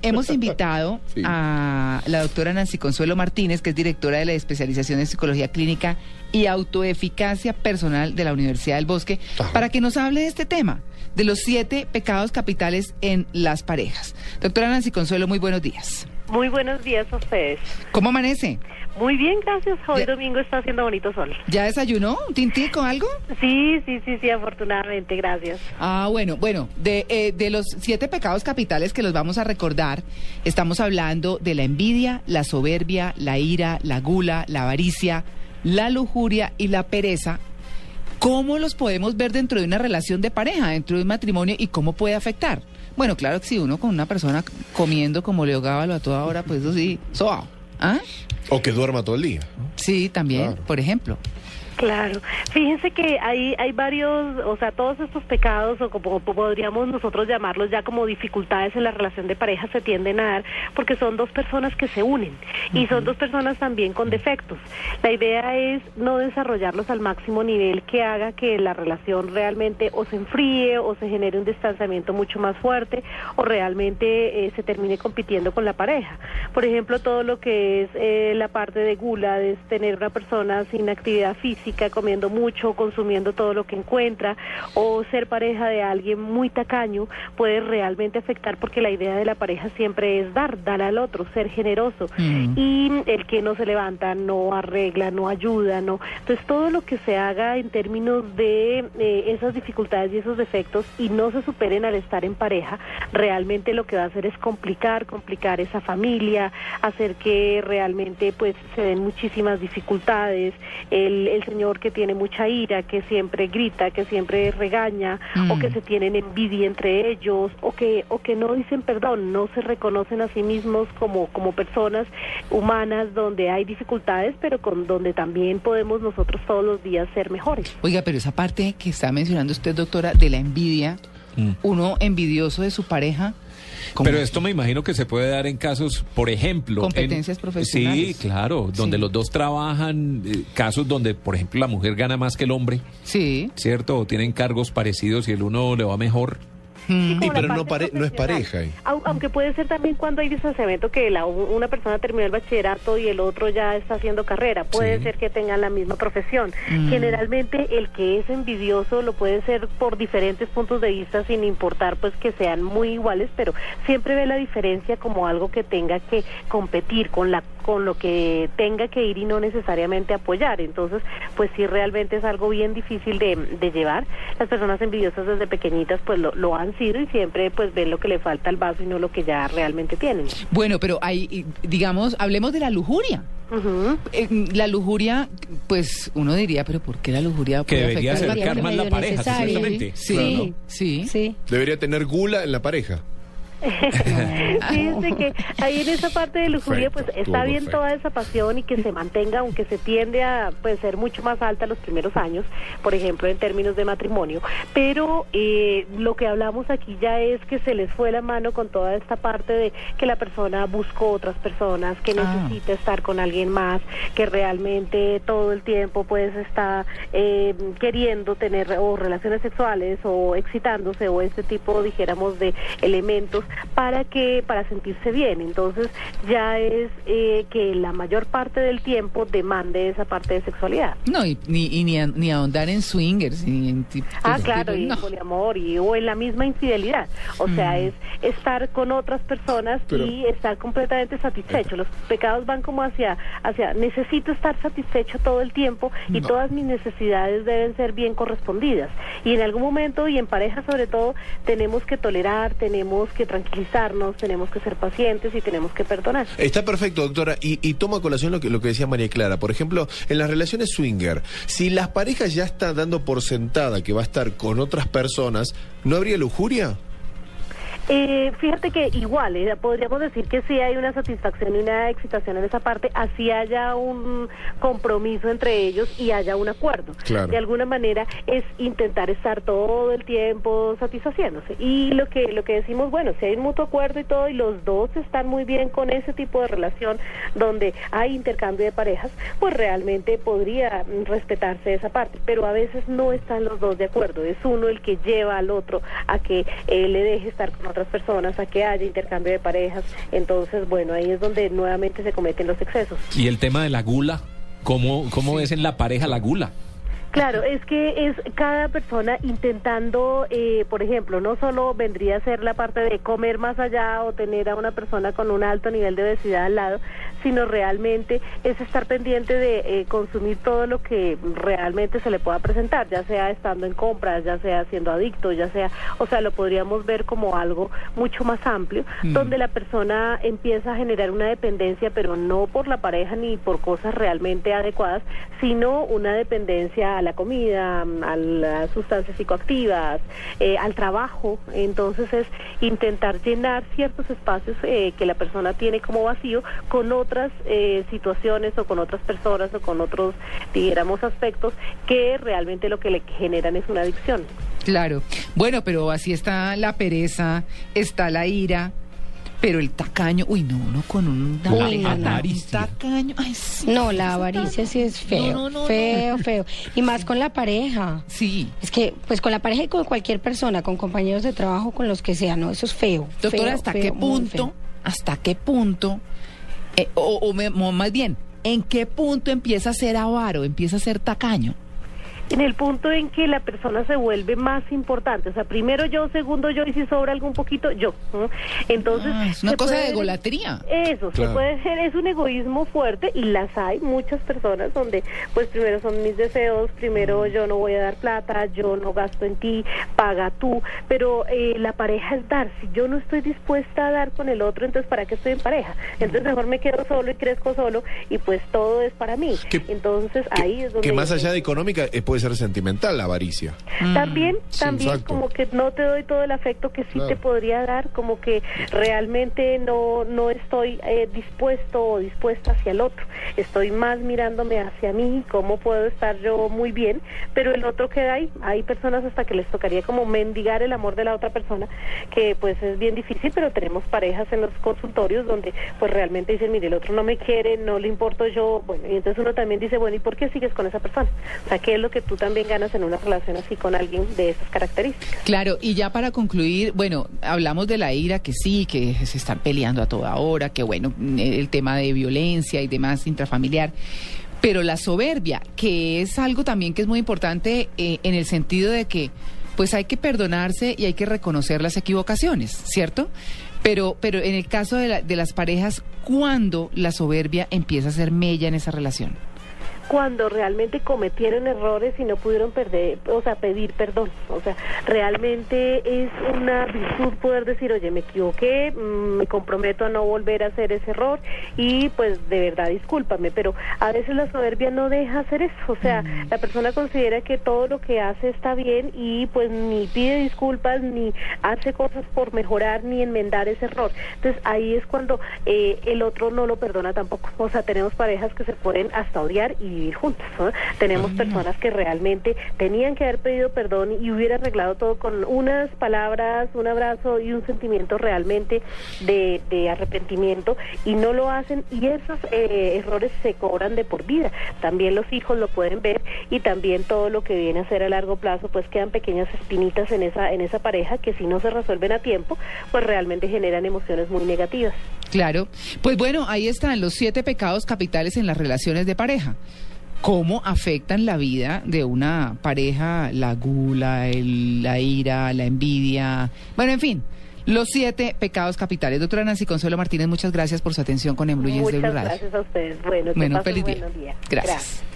hemos invitado a la doctora Nancy Consuelo Martínez, que es directora de la especialización en psicología clínica y autoeficacia personal de la Universidad del Bosque, para que nos hable de este tema, de los 7 pecados capitales en las parejas. Doctora Nancy Consuelo, muy buenos días. Muy buenos días a ustedes. ¿Cómo amanece? Muy bien, gracias. Hoy domingo está haciendo bonito sol. ¿Ya desayunó? ¿Un tintico, algo? Sí, afortunadamente, gracias. Bueno, de los 7 pecados capitales que los vamos a recordar, estamos hablando de la envidia, la soberbia, la ira, la gula, la avaricia, la lujuria y la pereza. ¿Cómo los podemos ver dentro de una relación de pareja, dentro de un matrimonio, y cómo puede afectar? Bueno, claro que si uno con una persona comiendo como Leo Gábalo a toda hora, pues eso sí, soao. ¿Ah? O que duerma todo el día, ¿no? Sí, también, claro. Por ejemplo. Claro, fíjense que hay varios, o sea, todos estos pecados, o como podríamos nosotros llamarlos ya como dificultades en la relación de pareja, se tienden a dar porque son 2 personas que se unen y son 2 personas también con defectos. La idea es no desarrollarlos al máximo nivel que haga que la relación realmente o se enfríe o se genere un distanciamiento mucho más fuerte o realmente se termine compitiendo con la pareja. Por ejemplo, todo lo que es la parte de gula, de tener una persona sin actividad física, comiendo mucho, consumiendo todo lo que encuentra, o ser pareja de alguien muy tacaño, puede realmente afectar, porque la idea de la pareja siempre es dar al otro, ser generoso, y el que no se levanta, no arregla, no ayuda, no. Entonces todo lo que se haga en términos de esas dificultades y esos defectos y no se superen al estar en pareja, realmente lo que va a hacer es complicar esa familia, hacer que realmente pues se den muchísimas dificultades. El señor que tiene mucha ira, que siempre grita, que siempre regaña, o que se tienen envidia entre ellos, o que no dicen perdón, no se reconocen a sí mismos como personas humanas, donde hay dificultades, pero donde también podemos nosotros todos los días ser mejores. Oiga, pero esa parte que está mencionando usted, doctora, de la envidia, uno envidioso de su pareja. Pero esto me imagino que se puede dar en casos, por ejemplo... Competencias profesionales. Sí, claro, donde los dos trabajan, casos donde, por ejemplo, la mujer gana más que el hombre. Sí. ¿Cierto? O tienen cargos parecidos y el uno le va mejor. Sí, pero no es pareja. Aunque puede ser también cuando hay distanciamiento, que una persona terminó el bachillerato y el otro ya está haciendo carrera. Puede ser que tengan la misma profesión. Generalmente el que es envidioso lo puede ser por diferentes puntos de vista, sin importar pues que sean muy iguales, pero siempre ve la diferencia como algo que tenga que competir con lo que tenga que ir y no necesariamente apoyar. Entonces, pues sí, realmente es algo bien difícil de llevar. Las personas envidiosas desde pequeñitas pues lo han sido y siempre pues ven lo que le falta al vaso y no lo que ya realmente tienen. Bueno, pero hay, digamos, hablemos de la lujuria. La lujuria, pues uno diría, pero ¿por qué la lujuria que debería acercar más la pareja, ciertamente? Sí. Debería tener gula en la pareja. Fíjense que ahí en esa parte de lujuria pues está bien toda esa pasión y que se mantenga, aunque se tiende a pues ser mucho más alta los primeros años, por ejemplo en términos de matrimonio, pero lo que hablamos aquí ya es que se les fue la mano con toda esta parte de que la persona buscó otras personas, que necesita estar con alguien más, que realmente todo el tiempo pues está queriendo tener o relaciones sexuales o excitándose o este tipo, dijéramos, de elementos para sentirse bien. Entonces ya es que la mayor parte del tiempo demande esa parte de sexualidad. No, ni ahondar en swingers. Claro, y en poliamor o en la misma infidelidad. O sea, es estar con otras personas y estar completamente satisfecho. Los pecados van como hacia necesito estar satisfecho todo el tiempo y todas mis necesidades deben ser bien correspondidas. Y en algún momento, y en pareja sobre todo, tenemos que tolerar, tenemos que tranquilizarnos, tenemos que ser pacientes y tenemos que perdonar. Está perfecto, doctora, y toma a colación lo que decía María Clara. Por ejemplo, en las relaciones swinger, si las parejas ya están dando por sentada que va a estar con otras personas, ¿no habría lujuria? Fíjate que igual, podríamos decir que sí hay una satisfacción y una excitación en esa parte, así haya un compromiso entre ellos y haya un acuerdo. Claro. De alguna manera es intentar estar todo el tiempo satisfaciéndose. Y lo que decimos, bueno, si hay un mutuo acuerdo y todo, y los dos están muy bien con ese tipo de relación donde hay intercambio de parejas, pues realmente podría respetarse esa parte. Pero a veces no están los dos de acuerdo, es uno el que lleva al otro a que le deje estar con otras personas, a que haya intercambio de parejas. Entonces, bueno, ahí es donde nuevamente se cometen los excesos. Y el tema de la gula, ¿cómo es en la pareja la gula? Claro, es que es cada persona intentando, por ejemplo, no solo vendría a ser la parte de comer más allá o tener a una persona con un alto nivel de obesidad al lado, sino realmente es estar pendiente de consumir todo lo que realmente se le pueda presentar, ya sea estando en compras, ya sea siendo adicto, ya sea, o sea, lo podríamos ver como algo mucho más amplio, donde la persona empieza a generar una dependencia, pero no por la pareja ni por cosas realmente adecuadas, sino una dependencia a la comida, a las sustancias psicoactivas, al trabajo. Entonces es intentar llenar ciertos espacios que la persona tiene como vacío con otras situaciones o con otras personas o con otros, digamos, aspectos que realmente lo que le generan es una adicción. Claro. Bueno, pero así está la pereza, está la ira. Pero el tacaño, uno con un tacaño, ay, sí. No, la avaricia sí es feo, feo. Y más con la pareja. Sí. Es que, pues con la pareja y con cualquier persona, con compañeros de trabajo, con los que sea, no, eso es feo. Doctora, feo, ¿hasta feo, qué punto, o más bien, en qué punto empieza a ser avaro, empieza a ser tacaño? En el punto en que la persona se vuelve más importante, o sea, primero yo, segundo yo, y si sobra algún poquito, yo. Entonces, es una cosa de egolatría. Eso, claro. Se puede ser, es un egoísmo fuerte, y las hay muchas personas donde, pues primero son mis deseos, primero yo no voy a dar plata, yo no gasto en ti, paga tú, pero la pareja es dar. Si yo no estoy dispuesta a dar con el otro, entonces ¿para qué estoy en pareja? Entonces mejor me quedo solo y crezco solo, y pues todo es para mí. Entonces ahí es donde... Que más allá de económica, puede ser sentimental la avaricia. También exacto. Como que no te doy todo el afecto que sí te podría dar, como que realmente no estoy dispuesto o dispuesta hacia el otro, estoy más mirándome hacia mí, cómo puedo estar yo muy bien, pero el otro queda ahí. Hay personas hasta que les tocaría como mendigar el amor de la otra persona, que pues es bien difícil, pero tenemos parejas en los consultorios donde pues realmente dicen, mire, el otro no me quiere, no le importo yo, bueno, y entonces uno también dice, bueno, ¿y por qué sigues con esa persona? O sea, ¿qué es lo que tú también ganas en una relación así con alguien de esas características? Claro, y ya para concluir, bueno, hablamos de la ira, que sí, que se están peleando a toda hora, que bueno, el tema de violencia y demás intrafamiliar, pero la soberbia, que es algo también que es muy importante en el sentido de que pues hay que perdonarse y hay que reconocer las equivocaciones, ¿cierto? Pero en el caso de las parejas, ¿cuándo la soberbia empieza a ser mella en esa relación? Cuando realmente cometieron errores y no pudieron pedir perdón. O sea, realmente es una virtud poder decir, oye, me equivoqué, me comprometo a no volver a hacer ese error y pues de verdad discúlpame, pero a veces la soberbia no deja hacer eso. O sea, la persona considera que todo lo que hace está bien y pues ni pide disculpas, ni hace cosas por mejorar, ni enmendar ese error. Entonces ahí es cuando el otro no lo perdona tampoco. O sea, tenemos parejas que se pueden hasta odiar y vivir juntos, ¿no? Tenemos personas que realmente tenían que haber pedido perdón y hubiera arreglado todo con unas palabras, un abrazo y un sentimiento realmente de arrepentimiento, y no lo hacen, y esos errores se cobran de por vida. También los hijos lo pueden ver, y también todo lo que viene a ser a largo plazo, pues quedan pequeñas espinitas en esa pareja que si no se resuelven a tiempo, pues realmente generan emociones muy negativas. Claro, pues bueno, ahí están los 7 pecados capitales en las relaciones de pareja. ¿Cómo afectan la vida de una pareja? La gula, la ira, la envidia, bueno, en fin, los 7 pecados capitales. Doctora Nancy Consuelo Martínez, muchas gracias por su atención con En Blue Jeans de Blue Radio. Muchas gracias a ustedes. Bueno, feliz día. Buen día. Gracias.